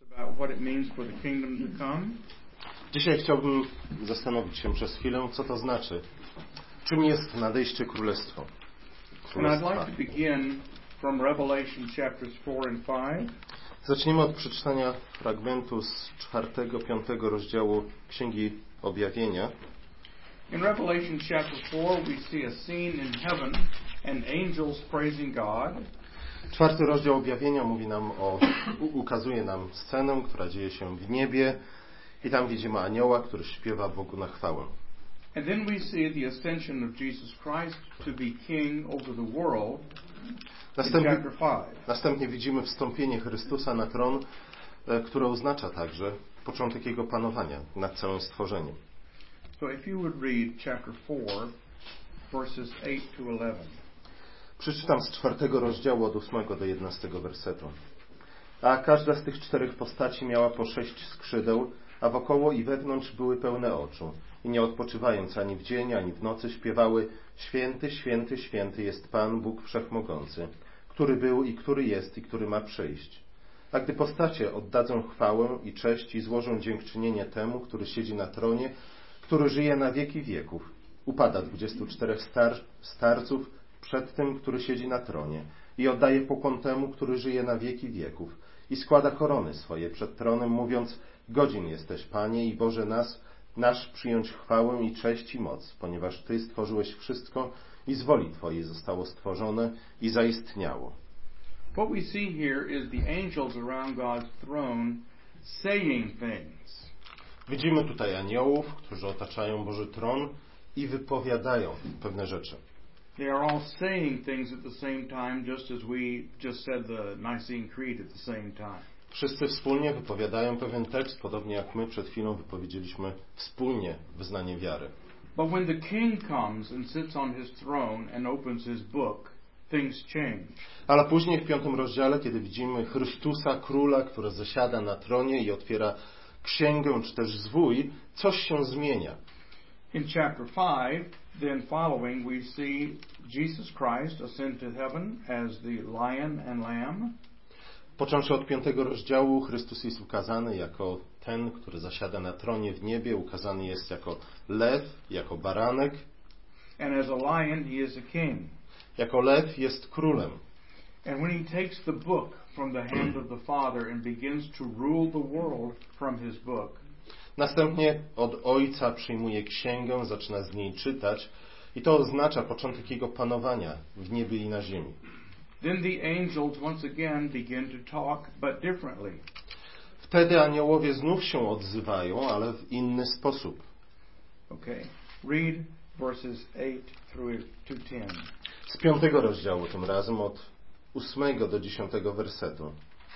about what it means for the kingdom to come. Dzisiaj chciałbym zastanowić się przez chwilę, co to znaczy. Czym jest nadejście królestwa? And I'd like to begin from Revelation chapters 4 and 5. Zaczniemy od przeczytania fragmentu z 4-5 rozdziału Księgi Objawienia. In Revelation chapter 4 we see a scene in heaven and angels praising God. 4 rozdział Objawienia ukazuje nam scenę, która dzieje się w niebie i tam widzimy anioła, który śpiewa Bogu na chwałę. And then we see the ascension of Jesus Christ to be king over the world. Następnie widzimy wstąpienie Chrystusa na tron, które oznacza także początek Jego panowania nad całym stworzeniem. So if you would read chapter 4, verses 8 to 11. Przeczytam z 4 rozdziału od 8 do 11 wersetu. A każda z tych 4 postaci miała po 6 skrzydeł, a wokoło i wewnątrz były pełne oczu. I nie odpoczywając ani w dzień, ani w nocy śpiewały: Święty, święty, święty jest Pan, Bóg Wszechmogący, który był i który jest i który ma przyjść. A gdy postacie oddadzą chwałę i cześć i złożą dziękczynienie temu, który siedzi na tronie, który żyje na wieki wieków, upada 24 starców przed tym, który siedzi na tronie i oddaje pokłon temu, który żyje na wieki wieków i składa korony swoje przed tronem, mówiąc: Godzin jesteś, Panie i Boże nasz przyjąć chwałę i cześć i moc, ponieważ Ty stworzyłeś wszystko i z woli Twojej zostało stworzone i zaistniało. What we see here is the angels around God's throne saying things. Widzimy tutaj aniołów, którzy otaczają Boży tron i wypowiadają pewne rzeczy. They are all saying things at the same time, just as we just said the Nicene Creed at the same time. Wszyscy wspólnie wypowiadają pewien tekst, podobnie jak my przed chwilą wypowiedzieliśmy wspólnie wyznanie wiary. But when the king comes and sits on his throne and opens his book, things change. Ale później w 5 rozdziale, kiedy widzimy Chrystusa, króla, który zasiada na tronie i otwiera księgę czy też zwój, coś się zmienia. In chapter 5, then following, we see Jesus Christ ascend to heaven as the lion and lamb. Począwszy od 5 rozdziału, Chrystus jest ukazany jako ten, który zasiada na tronie w niebie, ukazany jest jako lew, jako baranek. And as a lion, he is a king. Jako lew jest królem. And when he takes the book from the hand of the Father and begins to rule the world from his book. Następnie od Ojca przyjmuje księgę, zaczyna z niej czytać i to oznacza początek Jego panowania w niebie i na ziemi. Then the angels once again begin to talk, but differently. Wtedy aniołowie znów się odzywają, ale w inny sposób. Okay. Read verses 8 through to 10. Z 5 rozdziału tym razem od 8 do 10 wersetu.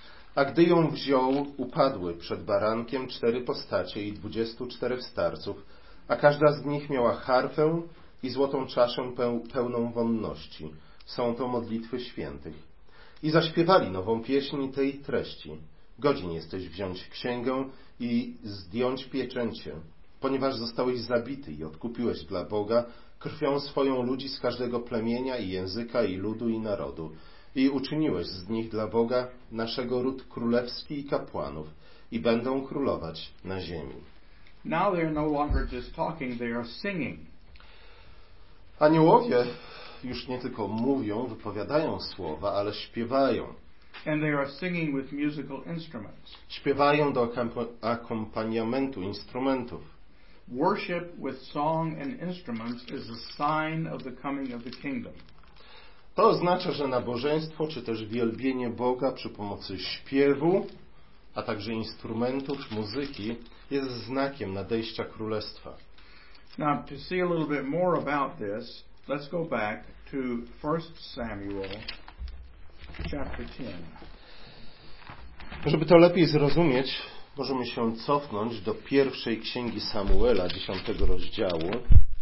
A gdy ją wziął, upadły przed barankiem 4 postacie i 24 starców, a każda z nich miała harfę i złotą czaszę pełną wonności. Są to modlitwy świętych. I zaśpiewali nową pieśń tej treści. Godzin jesteś wziąć księgę i zdjąć pieczęcie, ponieważ zostałeś zabity i odkupiłeś dla Boga krwią swoją ludzi z każdego plemienia i języka i ludu i narodu. I uczyniłeś z nich dla Boga naszego ród królewski i kapłanów i będą królować na ziemi. Now they are no longer just talking, they are singing. Aniołowie już nie tylko mówią, wypowiadają słowa, ale śpiewają. And they are singing with musical instruments. Śpiewają do akompaniamentu instrumentów. Worship with song and instruments is a sign of the coming of the kingdom. To oznacza, że nabożeństwo czy też wielbienie Boga przy pomocy śpiewu, a także instrumentów, muzyki jest znakiem nadejścia królestwa. Now, to see a little bit more about this, let's go back to 1 Samuel chapter 10. Żeby to lepiej zrozumieć, możemy się cofnąć do pierwszej księgi Samuela, 10 rozdziału.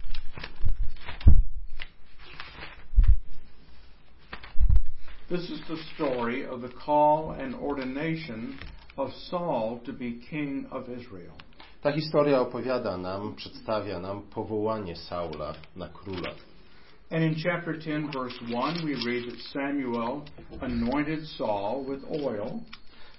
This is the story of the call and ordination of Saul to be king of Israel. Ta historia opowiada nam, przedstawia nam powołanie Saula na króla. And in chapter 10, verse 1, we read that Samuel anointed Saul with oil.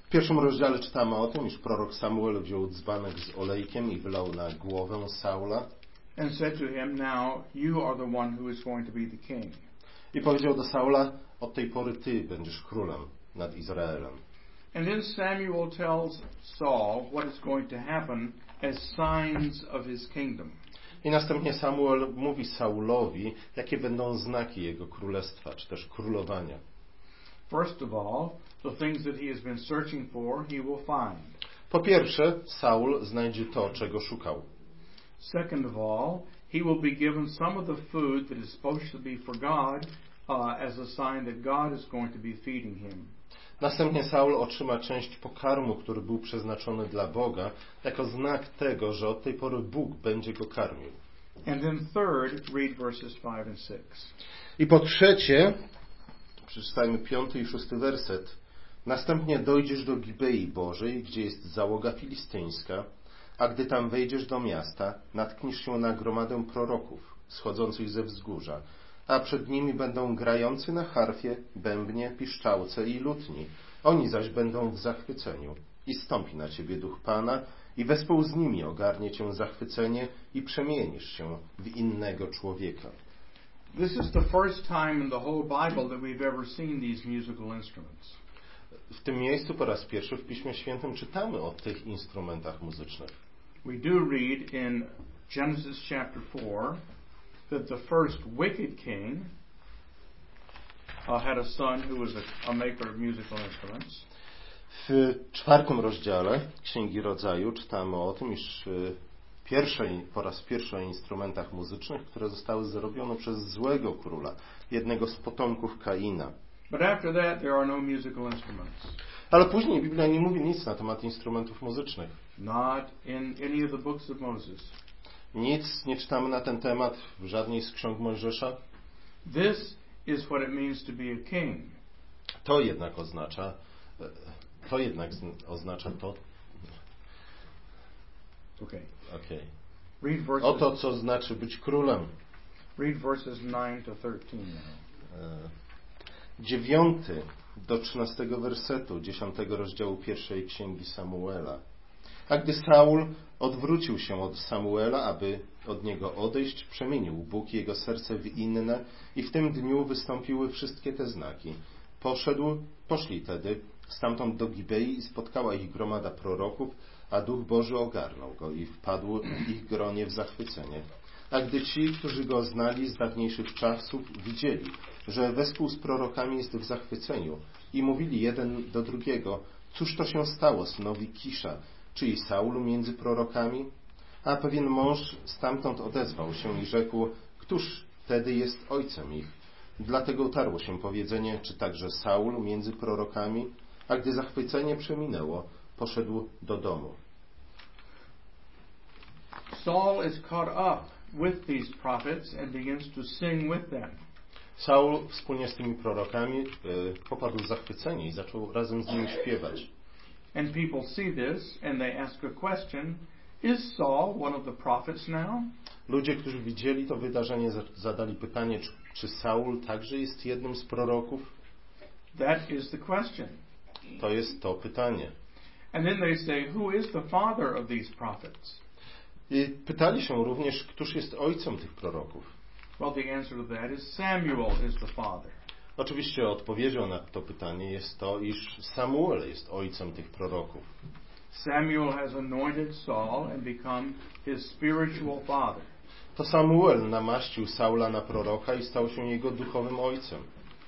W pierwszym rozdziale czytamy o tym, iż prorok Samuel wziął dzbanek z olejkiem i wylał na głowę Saula. And said to him, "Now you are the one who is going to be the king." I powiedział do Saula, od tej pory ty będziesz królem nad Izraelem. And then Samuel tells Saul what is going to happen as signs of his kingdom. I następnie Samuel mówi Saulowi, jakie będą znaki jego królestwa, czy też królowania. First of all, the things that he has been searching for, he will find. Po pierwsze, Saul znajdzie to, czego szukał. Second of all, he will be given some of the food that is supposed to be for God as a sign that God is going to be feeding him. Następnie Saul otrzyma część pokarmu, który był przeznaczony dla Boga, jako znak tego, że od tej pory Bóg będzie go karmił. And then third, read verses 5 and 6. I po trzecie, przeczytajmy 5 i 6 werset. Następnie dojdziesz do Gibei Bożej, gdzie jest załoga filistyńska, a gdy tam wejdziesz do miasta, natkniesz się na gromadę proroków, schodzących ze wzgórza, a przed nimi będą grający na harfie, bębnie, piszczałce i lutni. Oni zaś będą w zachwyceniu. I stąpi na ciebie duch Pana i wespół z nimi ogarnie cię zachwycenie i przemienisz się w innego człowieka. This is the first time in the whole Bible that we've ever seen these musical instruments. W tym miejscu po raz pierwszy w Piśmie Świętym czytamy o tych instrumentach muzycznych. We do read in Genesis chapter 4 that the first wicked king had a son who was a maker of musical instruments. W 4 rozdziale Księgi Rodzaju czytamy o tym, iż po raz pierwszy o instrumentach muzycznych, które zostały zrobione przez złego króla, jednego z potomków Kaina. But after that there are no musical instruments. Ale później Biblia nie mówi nic na temat instrumentów muzycznych. Not in any of the books of Moses. Nic nie czytamy na ten temat w żadnej z ksiąg Mojżesza. This is what it means to be a king. To jednak oznacza to. Okay. Okay. Read verses. Oto co znaczy być królem. Read verses 9 to 13 now. 9 do 13 wersetu 10 rozdziału pierwszej Księgi Samuela. A gdy Saul odwrócił się od Samuela, aby od niego odejść, przemienił Bóg jego serce w inne i w tym dniu wystąpiły wszystkie te znaki. Poszli tedy stamtąd do Gibei i spotkała ich gromada proroków, a Duch Boży ogarnął go i wpadł ich gronie w zachwycenie. A gdy ci, którzy go znali z dawniejszych czasów, widzieli, że wespół z prorokami jest w zachwyceniu i mówili jeden do drugiego, cóż to się stało synowi Kisza, czy i Saulu między prorokami? A pewien mąż stamtąd odezwał się i rzekł, któż wtedy jest ojcem ich? Dlatego utarło się powiedzenie, czy także Saul między prorokami? A gdy zachwycenie przeminęło, poszedł do domu. Saul is caught up with these prophets and begins to sing with them. Saul wspólnie z tymi prorokami popadł w zachwycenie i zaczął razem z nimi śpiewać. And people see this and they ask a question, is Saul one of the prophets now? Ludzie, którzy widzieli to wydarzenie, zadali pytanie, czy Saul także jest jednym z proroków? That is the question. To jest to pytanie. And then they say, who is the father of these prophets? I pytali się również, któż jest ojcem tych proroków. Well, the answer to that is Samuel is the father. Oczywiście odpowiedzią na to pytanie jest to, iż Samuel jest ojcem tych proroków. Samuel has anointed Saul and become his spiritual father. To Samuel namaścił Saula na proroka i stał się jego duchowym ojcem.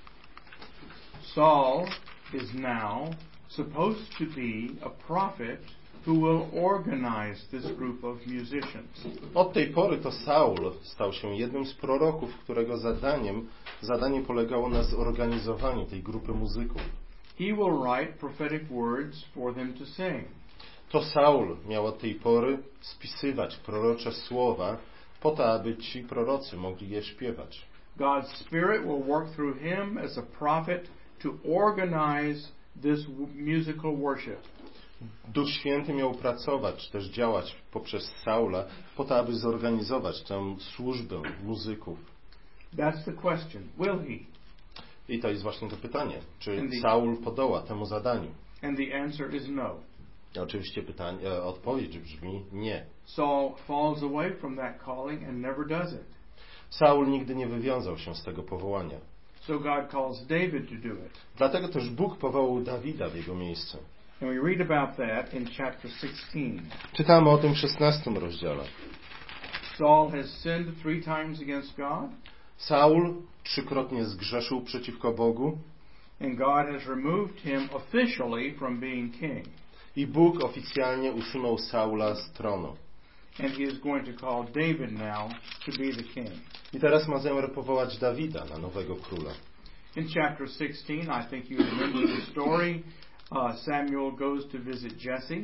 Saul is now supposed to be a prophet who will organize this group of musicians. Od tej pory to Saul stał się jednym z proroków, którego zadanie polegało na zorganizowaniu tej grupy muzyków. He will write prophetic words for them to sing. To Saul miał od tej pory spisywać prorocze słowa po to, aby ci prorocy mogli je śpiewać. God's Spirit will work through him as a prophet to organize this musical worship. Duch Święty miał pracować, czy też działać poprzez Saula po to, aby zorganizować tę służbę muzyków. That's the question. Will he? I to jest właśnie to pytanie. Czy Saul podoła temu zadaniu? And the answer is no. Oczywiście odpowiedź brzmi nie. Saul falls away from that calling and never does it. Saul nigdy nie wywiązał się z tego powołania. So God calls David to do it. Dlatego też Bóg powołał Dawida w jego miejsce. And we read about that in chapter 16. Czytamy o tym w 16 rozdziale. Saul has sinned 3 times against God. Saul 3-krotnie zgrzeszył przeciwko Bogu. And God has removed him officially from being king. I Bóg oficjalnie usunął Saula z tronu. And he is going to call David now to be the king. I teraz ma zamiar powołać Dawida na nowego króla. In chapter 16, I think you remember the story. Samuel goes to visit Jesse.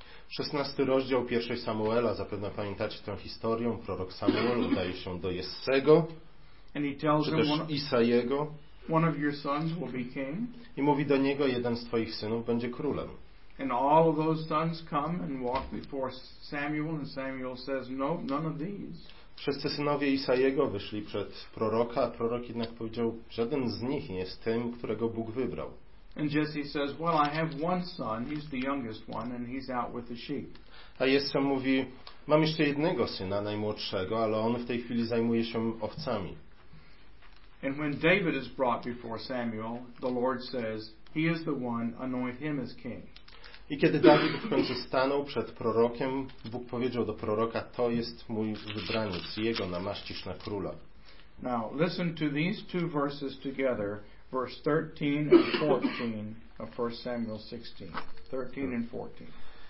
16 rozdział 1 Samuela, zapewne pamiętacie tę historię. Prorok Samuel udaje się do Jessego, And he tells czy him też Isaiego, one of your sons will be king. i mówi do niego, jeden z twoich synów będzie królem. And all of those sons come and walk before Samuel, and Samuel says, no, none of these. Wszyscy synowie Isaiego wyszli przed proroka, a prorok jednak powiedział, żaden z nich nie jest tym, którego Bóg wybrał. And Jesse says, well, I have one son, he's the youngest one, and he's out with the sheep. A Jesse mówi, mam jeszcze jednego syna, najmłodszego, ale on w tej chwili zajmuje się owcami. And when David is brought before Samuel, the Lord says, he is the one, anoint him as king. I kiedy Dawid w końcu stanął przed prorokiem, Bóg powiedział do proroka, to jest mój wybraniec, jego namaścisz na króla. Now, listen to these 2 verses together, verse 13 and 14 of 1 Samuel 16. 13 and 14.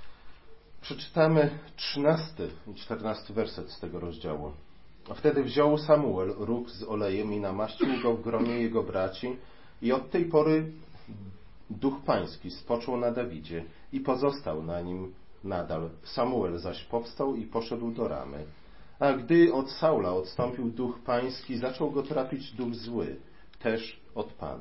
Przeczytamy 13 i 14 werset z tego rozdziału. A wtedy wziął Samuel róg z olejem i namaścił go w gronie jego braci i od tej pory Duch Pański spoczął na Dawidzie i pozostał na nim nadal. Samuel zaś powstał i poszedł do Ramy. A gdy od Saula odstąpił Duch Pański, zaczął go trapić duch zły, też od Pana.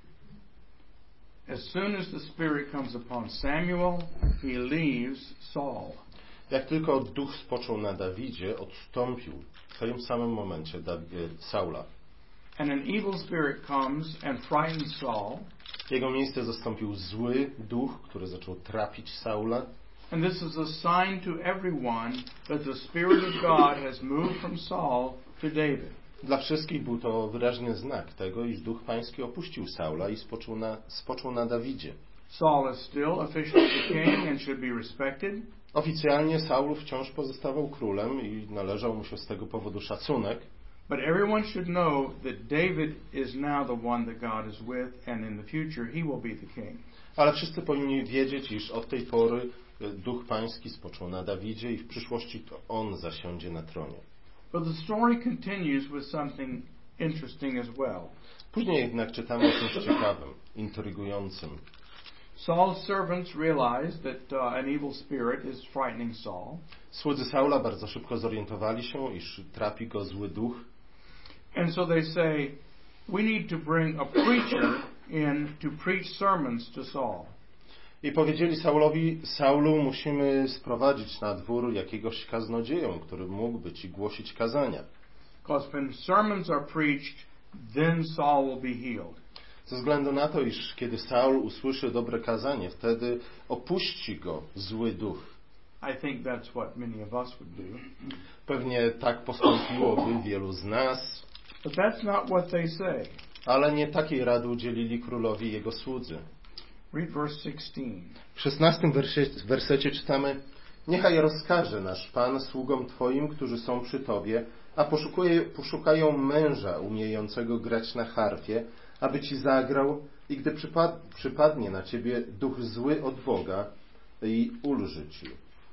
As soon as the Spirit comes upon Samuel, he leaves Saul. Jak tylko Duch spoczął na Dawidzie, odstąpił w tym samym momencie Saula. And an evil spirit comes and frightens Saul. Jego miejsce zastąpił zły duch, który zaczął trapić Saula. And this is a sign to everyone that the Spirit of God has moved from Saul to David. Dla wszystkich był to wyraźny znak tego, iż Duch Pański opuścił Saula i spoczął na Dawidzie. Saul is still officially the king and should be respected. Oficjalnie Saul wciąż pozostawał królem i należał mu się z tego powodu szacunek. But everyone should know that David is now the one that God is with, and in the future he will be the king. Ale wszyscy powinni wiedzieć, iż od tej pory Duch Pański spoczął na Dawidzie i w przyszłości to on zasiądzie na tronie. But the story continues with something interesting as well. Później jednak czytamy o czymś ciekawym, intrygującym. Saul's servants realized that an evil spirit is frightening Saul. Słudzy Saula bardzo szybko zorientowali się, iż trapi go zły duch. And so they say, we need to bring a preacher in to preach sermons to Saul. I powiedzieli Saulowi, Saulu, musimy sprowadzić na dwór jakiegoś kaznodzieję, który mógłby ci głosić kazania. Because when sermons are preached, then Saul will be healed. Ze względu na to, iż kiedy Saul usłyszy dobre kazanie, wtedy opuści go zły duch. I think that's what many of us would do. Pewnie tak postąpiłoby wielu z nas. But that's not what they say. Ale nie takiej rady udzielili królowi jego słudzy. Read verse 16. W 16 wersecie czytamy: Niechaj rozkaże nasz Pan sługom Twoim, którzy są przy Tobie, a poszukają męża umiejącego grać na harfie, aby Ci zagrał i gdy przypadnie na Ciebie duch zły od Boga i ulży Ci.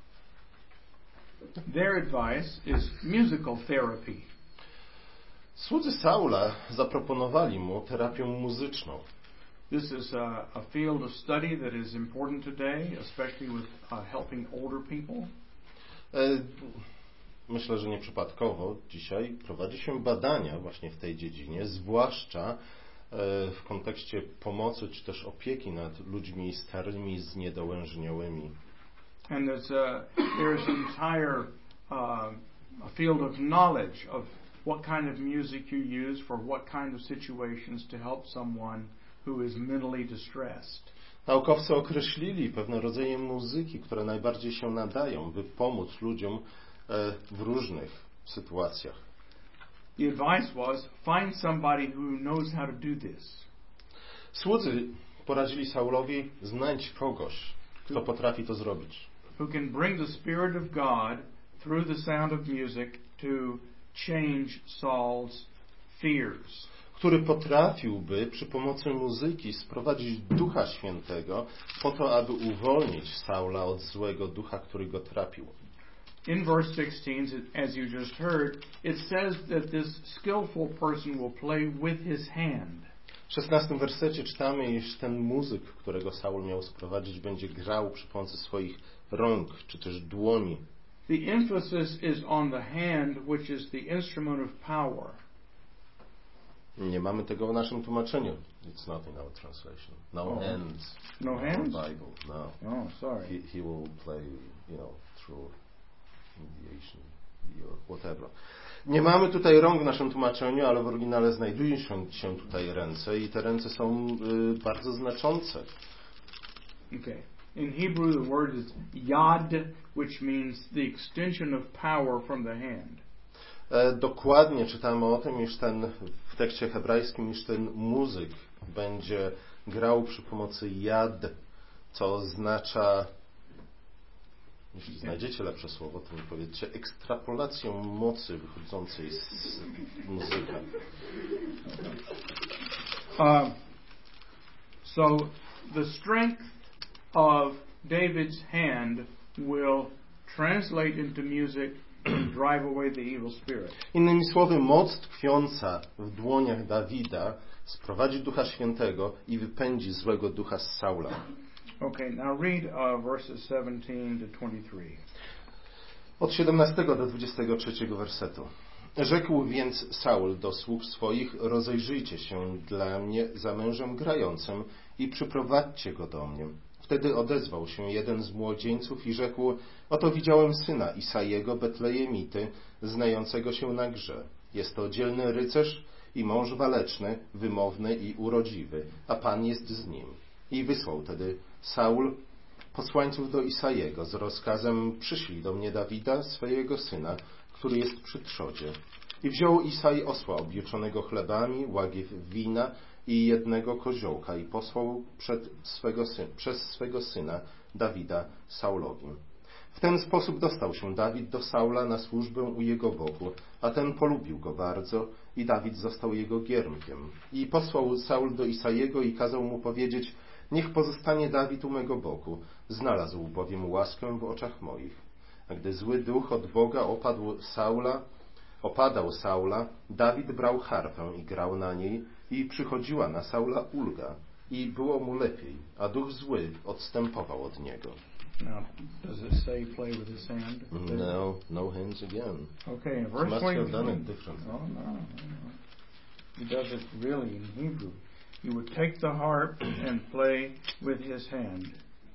Their advice is musical therapy. Słudzy Saula zaproponowali mu terapię muzyczną. This is a field of study that is important today, especially with helping older people. Myślę, że nieprzypadkowo dzisiaj prowadzi się badania właśnie w tej dziedzinie, zwłaszcza w kontekście pomocy czy też opieki nad ludźmi starymi, zniedołężniałymi. And there's an entire a field of knowledge of what kind of music you use for what kind of situations to help someone who is mentally distressed. Naukowcy określili pewne rodzaje muzyki, które najbardziej się nadają, by pomóc ludziom w różnych sytuacjach. The advice was, find somebody who knows how to do this. Słudzy poradzili Saulowi, znajdź kogoś, kto potrafi to zrobić. Who can bring the Spirit of God through the sound of music to change Saul's fears. Który potrafiłby przy pomocy muzyki sprowadzić Ducha Świętego po to, aby uwolnić Saula od złego ducha, który go trapił. In verse 16, as you just heard, it says that this skillful person will play with his hand. W 16 wersecie czytamy, iż ten muzyk, którego Saul miał sprowadzić, będzie grał przy pomocy swoich rąk, czy też dłoni. The emphasis is on the hand, which is the instrument of power. Nie mamy tego w naszym tłumaczeniu. It's not in our translation. No hands. No hands? Bible. No. Oh, sorry. He will play, through mediation or whatever. Nie mamy tutaj rąk w naszym tłumaczeniu, ale w oryginale znajdują się tutaj ręce i te ręce są bardzo znaczące. Okay. In Hebrew the word is yad, which means the extension of power from the hand. Dokładnie czytamy o tym, iż w tekście hebrajskim, iż ten muzyk będzie grał przy pomocy jad, co oznacza, jeśli znajdziecie lepsze słowo, to mi powiedzcie, ekstrapolacją mocy wychodzącej z muzyka. So the strength of David's hand will translate into music and drive away the evil spirit. Innymi słowy, moc tkwiąca w dłoniach Dawida sprowadzi Ducha Świętego i wypędzi złego ducha z Saula. Okay, now read verses 17 to 23. Od 17 do 23 wersetu. Rzekł więc Saul do sług swoich, rozejrzyjcie się dla mnie za mężem grającym i przyprowadźcie go do mnie. Wtedy odezwał się jeden z młodzieńców i rzekł, oto widziałem syna Isajego, Betlejemity, znającego się na grze. Jest to dzielny rycerz i mąż waleczny, wymowny i urodziwy, a Pan jest z nim. I wysłał tedy Saul posłańców do Isajego z rozkazem, przyszlij do mnie Dawida, swojego syna, który jest przy trzodzie. I wziął Isaj osła objuczonego chlebami, łagiew wina i jednego koziołka i posłał przez swego syna Dawida Saulowi. W ten sposób dostał się Dawid do Saula na służbę u jego boku, a ten polubił go bardzo i Dawid został jego giermkiem. I posłał Saul do Isajego i kazał mu powiedzieć, niech pozostanie Dawid u mego boku, znalazł bowiem łaskę w oczach moich. A gdy zły duch od Boga opadał Saula, Dawid brał harfę i grał na niej i przychodziła na Saula ulga i było mu lepiej, a duch zły odstępował od niego. Now, does it say play with his hand? No hands again. Okay, in He verse must have 23. done it differently. Oh, no. He does it really in Hebrew. He would take the harp and play with his hand.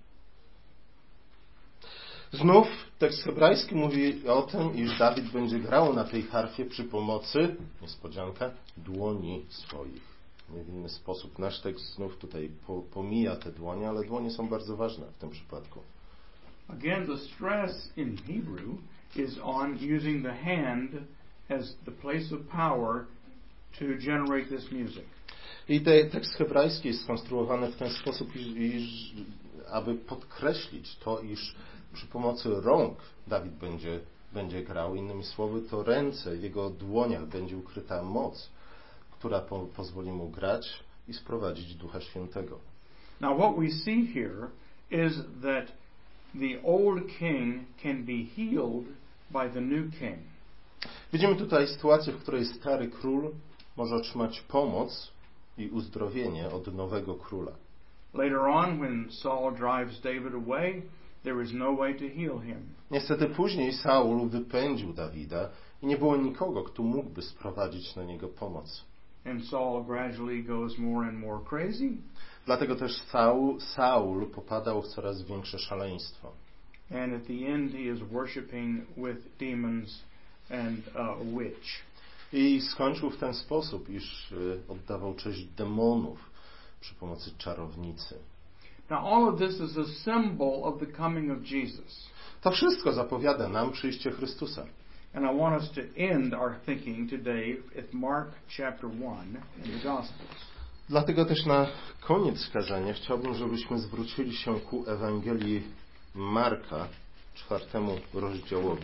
Znów tekst hebrajski mówi o tym, iż Dawid będzie grał na tej harfie przy pomocy, niespodzianka, dłoni swoich. W inny sposób nasz tekst znów tutaj pomija te dłonie, ale dłonie są bardzo ważne w tym przypadku. Again, the stress in Hebrew is on using the hand as the place of power to generate this music. I tekst hebrajski jest skonstruowany w ten sposób, iż aby podkreślić to, iż przy pomocy rąk Dawid będzie grał. Innymi słowy, to ręce, w jego dłoniach będzie ukryta moc, która pozwoli mu grać i sprowadzić Ducha Świętego. Now what we see here is that the old king can be healed by the new king. Widzimy tutaj sytuację, w której stary król może otrzymać pomoc i uzdrowienie od nowego króla. Later on, when Saul drives David away, there is no way to heal him. Niestety później Saul wypędził Dawida i nie było nikogo, kto mógłby sprowadzić na niego pomoc. And Saul gradually goes more and more crazy. Dlatego też Saul popadał w coraz większe szaleństwo. And at the end he is worshiping with demons and a witch. I skończył w ten sposób, iż oddawał cześć demonów przy pomocy czarownicy. Now all of this is a symbol of the coming of Jesus. To wszystko zapowiada nam przyjście Chrystusa. And I want us to end our thinking today at Mark chapter 1 in the Gospels. Dlatego też na koniec kazania chciałbym, żebyśmy zwrócili się ku Ewangelii Marka, 4 rozdziałowi.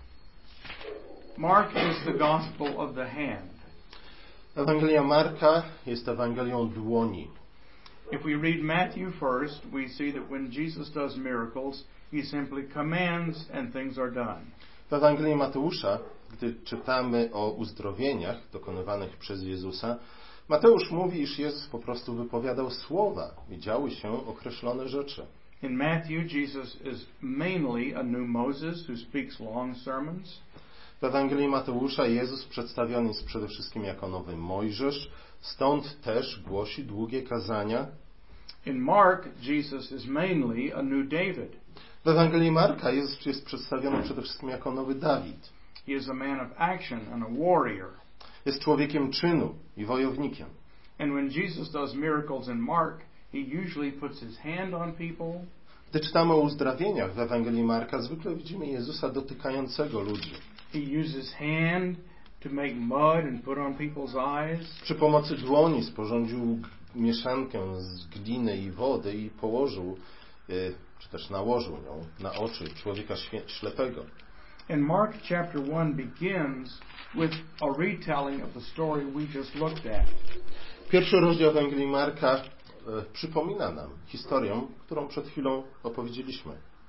Mark is the Gospel of the hand. Ewangelia Marka jest Ewangelią dłoni. If we read Matthew first, we see that when Jesus does miracles, he simply commands and things are done. W Ewangelii Mateusza, gdy czytamy o uzdrowieniach dokonywanych przez Jezusa, Mateusz mówi, iż Jezus po prostu wypowiadał słowa i działy się określone rzeczy. In Matthew, Jesus is mainly a new Moses who speaks long sermons. W Ewangelii Mateusza Jezus przedstawiony jest przede wszystkim jako nowy Mojżesz, stąd też głosi długie kazania. In Mark, Jesus is mainly a new David. W Ewangelii Marka Jezus jest przedstawiony przede wszystkim jako nowy Dawid. He is a man of action and a warrior. Jest człowiekiem czynu i wojownikiem. And when Jesus does miracles in Mark, he usually puts his hand on people. Gdy czytamy o uzdrawieniach w Ewangelii Marka, zwykle widzimy Jezusa dotykającego ludzi. He uses hand to make mud and put on people's eyes. Przy pomocy dłoni sporządził mieszankę z gliny i wody i położył, czy też nałożył ją na oczy człowieka ślepego. And Mark chapter 1 begins with a retelling of the story we just looked at. Pierwszy rozdział Ewangelii Marka przypomina nam historię, którą przed chwilą opowiedzieliśmy.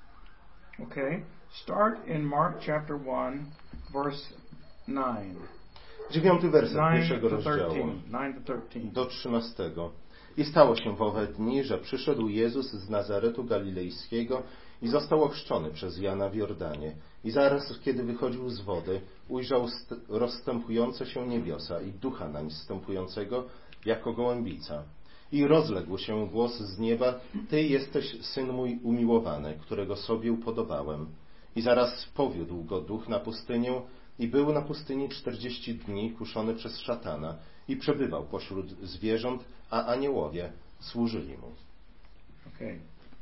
Okay? Start in Mark chapter 1, verse 9. 9 werset 9 pierwszego to 13. rozdziału 9 to 13. do 13. I stało się w owe dni, że przyszedł Jezus z Nazaretu Galilejskiego i został ochrzczony przez Jana w Jordanie. I zaraz, kiedy wychodził z wody, ujrzał rozstępujące się niebiosa i ducha nań zstępującego jako gołębica. I rozległ się głos z nieba: Ty jesteś Syn mój umiłowany, którego sobie upodobałem. I zaraz powiódł go duch na pustynię i był na pustyni 40 dni kuszony przez szatana i przebywał pośród zwierząt, a aniołowie służyli mu. Okay.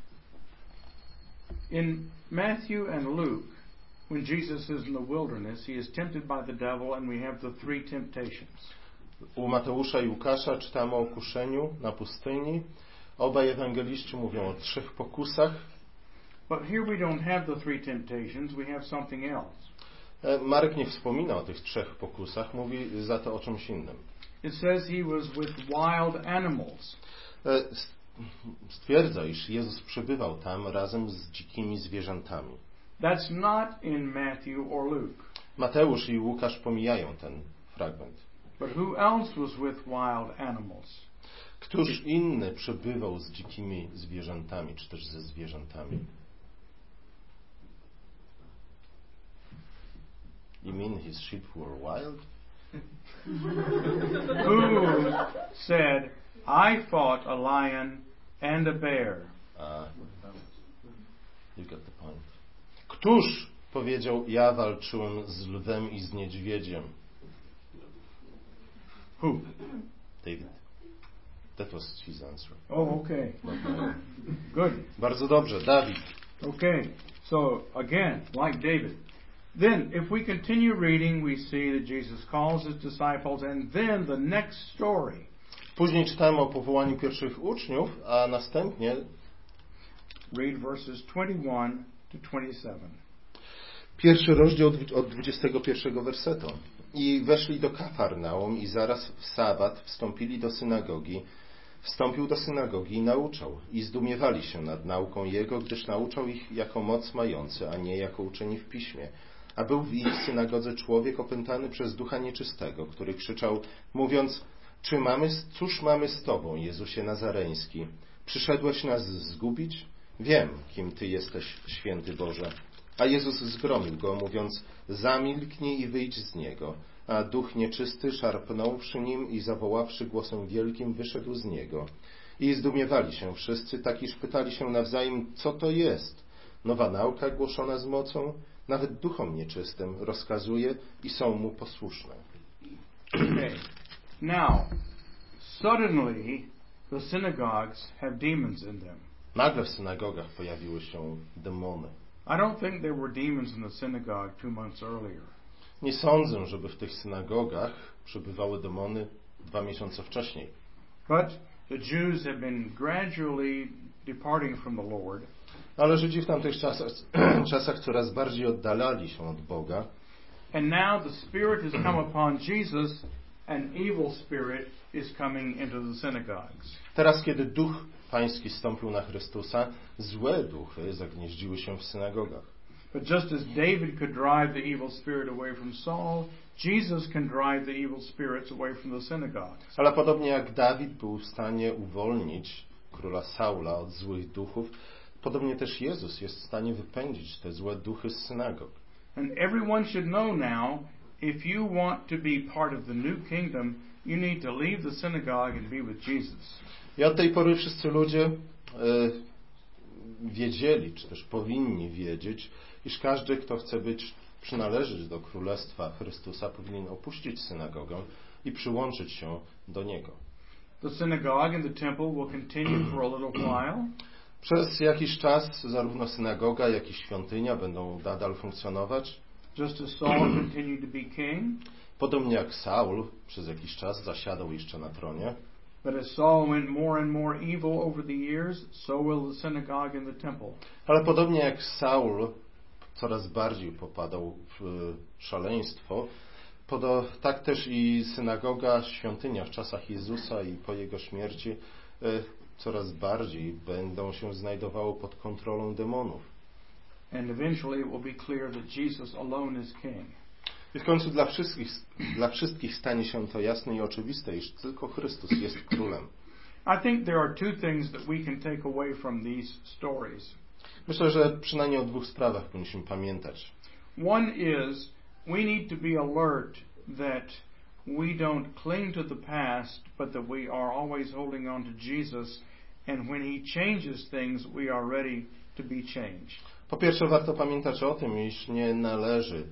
In Matthew and Luke, when Jesus is in the wilderness, he is tempted by the devil, and we have the three temptations. U Mateusza i Łukasza czytamy o kuszeniu na pustyni. Obaj ewangeliści mówią o 3 pokusach. But here we don't have the three temptations, we have something else. Marek nie wspomina o tych 3 pokusach, mówi za to o czymś innym. It says he was with wild animals. Stwierdza, iż Jezus przebywał tam razem z dzikimi zwierzętami. That's not in Matthew or Luke. Mateusz i Łukasz pomijają ten fragment. But who else was with wild animals? Któż inny przebywał z dzikimi zwierzętami, czy też ze zwierzętami? You mean his sheep were wild? Who said, I fought a lion and a bear? You got the point. Któż powiedział, ja walczyłem z lwem i z niedźwiedziem? Who? David. That was his answer. Oh, okay. Good. Bardzo dobrze, Dawid. Okay. So, again, like David. Then, if we continue reading, we see that Jesus calls his disciples, and then the next story. Później czytamy o powołaniu pierwszych uczniów, a następnie read verses 21 to 27. Pierwszy rozdział od 21 wersetu. I weszli do Kafarnaum i zaraz w sabat wstąpili do synagogi. Wstąpił do synagogi i nauczał. I zdumiewali się nad nauką Jego, gdyż nauczał ich jako moc mający, a nie jako uczeni w piśmie. A był w ich synagodze człowiek opętany przez ducha nieczystego, który krzyczał, mówiąc, cóż mamy z Tobą, Jezusie Nazareński? Przyszedłeś nas zgubić? Wiem, kim Ty jesteś, święty Boże. A Jezus zgromił go, mówiąc, zamilknij i wyjdź z niego. A duch nieczysty, szarpnąwszy nim i zawoławszy głosem wielkim, wyszedł z niego. I zdumiewali się wszyscy, tak iż pytali się nawzajem, co to jest? Nowa nauka głoszona z mocą? Nawet duchom nieczystym rozkazuje i są mu posłuszne. Okay. Now, suddenly the synagogues have demons in them. nagle w synagogach pojawiły się demony. I don't think there were demons in the synagogue 2 months earlier. Nie sądzę, żeby w tych synagogach przebywały demony 2 miesiące wcześniej. But the Jews had been gradually departing from the Lord. Ale Żydzi w tamtych czasach coraz bardziej oddalali się od Boga. And now the Spirit has come upon Jesus, an evil spirit is coming into the synagogues. Teraz, kiedy Duch Pański stąpił na Chrystusa, złe duchy zagnieździły się w synagogach. But just as David could drive the evil spirit away from Saul, Jesus can drive the evil spirits away from the synagogues. Ale podobnie jak Dawid był w stanie uwolnić króla Saula od złych duchów, podobnie też Jezus jest w stanie wypędzić te złe duchy z synagog. And everyone should know now, if you want to be part of the new kingdom, you need to leave the synagogue and be with Jesus. I od tej pory wszyscy ludzie wiedzieli, czy też powinni wiedzieć, iż każdy, kto chce przynależeć do Królestwa Chrystusa, powinien opuścić synagogę i przyłączyć się do Niego. The synagogue and the temple will continue for a little while. Przez jakiś czas zarówno synagoga, jak i świątynia będą nadal funkcjonować. Just as Saul continued to be king. Podobnie jak Saul przez jakiś czas zasiadał jeszcze na tronie. But as Saul went more and more evil over the years, so will the synagogue and the temple. Ale podobnie jak Saul coraz bardziej popadał w szaleństwo, tak też i synagoga, świątynia w czasach Jezusa i po Jego śmierci coraz bardziej będą się znajdowały pod kontrolą demonów. And eventually it will be clear that Jesus alone is king. I w końcu dla wszystkich stanie się to jasne i oczywiste, iż tylko Chrystus jest królem. I think there are two things that we can take away from these stories. Myślę, że przynajmniej o 2 sprawach powinniśmy pamiętać. One is we need to be alert that we don't cling to the past, but that we are always holding on to Jesus, and when He changes things, we are ready to be changed. Po pierwsze, warto pamiętać o tym, iż nie należy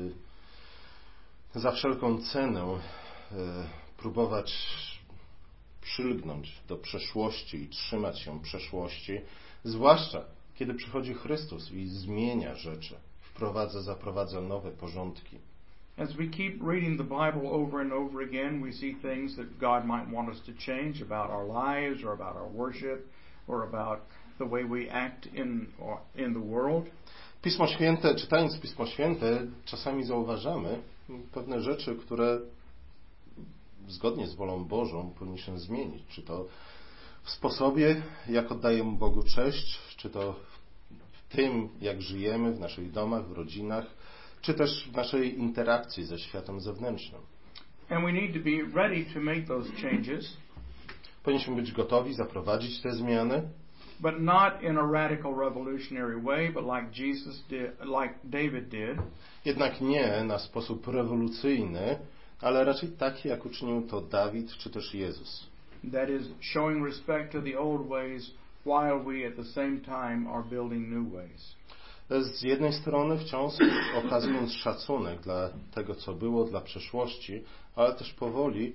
za wszelką cenę próbować przylgnąć do przeszłości i trzymać się przeszłości, zwłaszcza kiedy przychodzi Chrystus i zmienia rzeczy, zaprowadza nowe porządki. As we keep reading the Bible over and over again, we see things that God might want us to change about our lives or about our worship or about the way we act in the world. Pismo Święte, czytając Pismo Święte, czasami zauważamy pewne rzeczy, które zgodnie z wolą Bożą powinniśmy zmienić. Czy to w sposobie, jak oddajemy Bogu cześć, czy to w tym, jak żyjemy w naszych domach, w rodzinach, czy też w naszej interakcji ze światem zewnętrznym. And we need to be ready to make those changes. Powinniśmy być gotowi zaprowadzić te zmiany, but not in a radical revolutionary way, but like David did. Jednak nie na sposób rewolucyjny, ale raczej taki, jak uczynił to Dawid czy też Jezus. That is showing respect to the old ways while we at the same time are building new ways. Z jednej strony wciąż okazując szacunek dla tego, co było, dla przeszłości, ale też powoli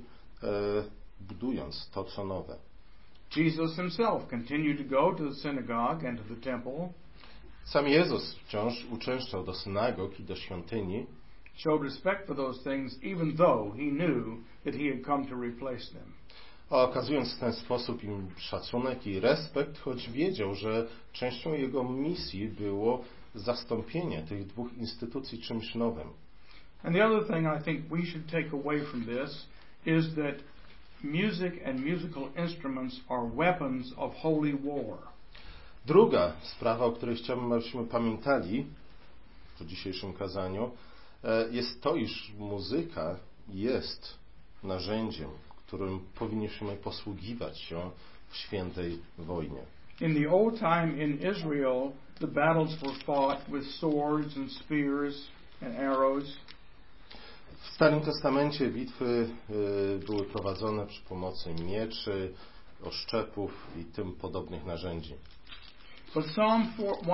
budując to, co nowe. Jesus himself continued to go to the synagogue and to the temple. Sam Jezus wciąż uczęszczał do synagog i do świątyni. Showed respect for those things even though he knew that he had come to replace them. Okazując w ten sposób im szacunek i respekt, choć wiedział, że częścią jego misji było zastąpienie tych 2 instytucji czymś nowym. And the other thing I think we should take away from this is that music and musical instruments are weapons of holy war. Druga sprawa, o której chciałbym, abyśmy pamiętali w dzisiejszym kazaniu, jest to, iż muzyka jest narzędziem, którym powinniśmy posługiwać się w świętej wojnie. In the old time in Israel, the battles were fought with swords and spears and arrows. W Starym Testamencie bitwy były prowadzone przy pomocy mieczy, oszczepów i tym podobnych narzędzi. But Psalm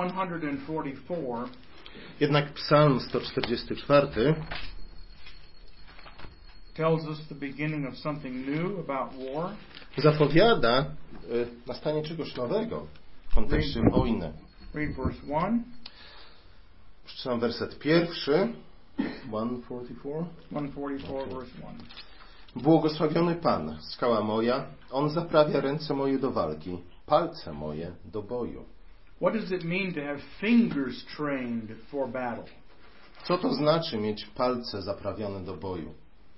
144 Jednak Psalm 144 tells us the beginning of something new about war. zapowiada nastanie czegoś nowego, w kontekście wojny. Read verse 1. Przeczytam werset pierwszy. 144. 144 verse 1. Błogosławiony Pan, skała moja, On zaprawia ręce moje do walki, palce moje do boju. What does it mean to have fingers trained for battle? Co to znaczy mieć palce zaprawione do boju?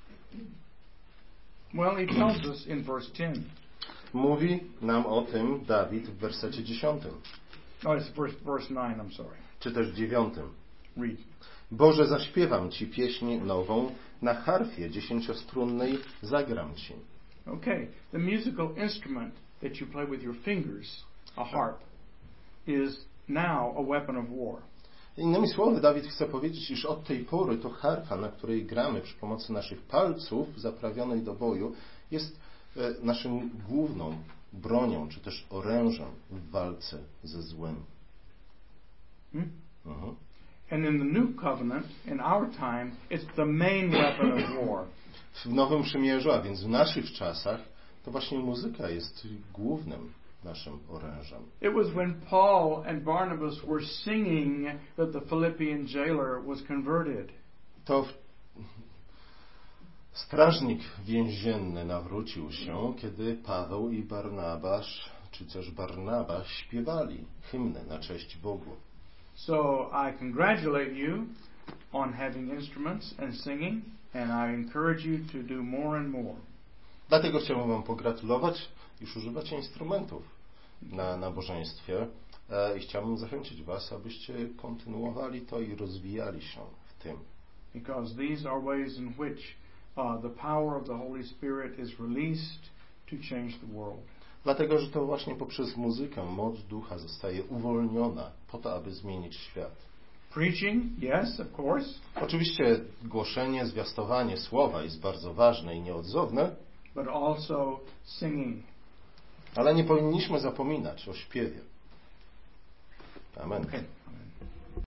Well, he tells us in verse 10. Mówi nam o tym Dawid w wersecie 10. Oh, it's verse 9, I'm sorry. Czy też 9. Read. Boże, zaśpiewam Ci pieśń nową, na harfie 10-strunnej zagram Ci. Okay, the musical instrument that you play with your fingers, a harp, is now a weapon of war. Innymi słowy, Dawid chce powiedzieć, iż od tej pory to harfa, na której gramy przy pomocy naszych palców zaprawionej do boju, jest naszym główną bronią, czy też orężem w walce ze złem. And in the New Covenant, in our time, it's the main weapon of war. W Nowym Przymierzu, a więc w naszych czasach, to właśnie muzyka jest głównym naszym orężem. It was when Paul and Barnabas were singing that the Philippian jailer was converted. To strażnik więzienny nawrócił się, kiedy Paweł i Barnabasz, czy też Barnaba śpiewali hymny na cześć Bogu. So I congratulate you on having instruments and singing, and I encourage you to do more and more. Dlatego chciałbym Wam pogratulować, iż używacie instrumentów na nabożeństwie i chciałbym zachęcić Was, abyście kontynuowali to i rozwijali się w tym. Because these are ways in which the power of the Holy Spirit is released to change the world. Dlatego, że to właśnie poprzez muzykę moc Ducha zostaje uwolniona po to, aby zmienić świat. Preaching, yes, of course. Oczywiście głoszenie, zwiastowanie słowa jest bardzo ważne i nieodzowne, But also singing. ale nie powinniśmy zapominać o śpiewie. Amen. Okay.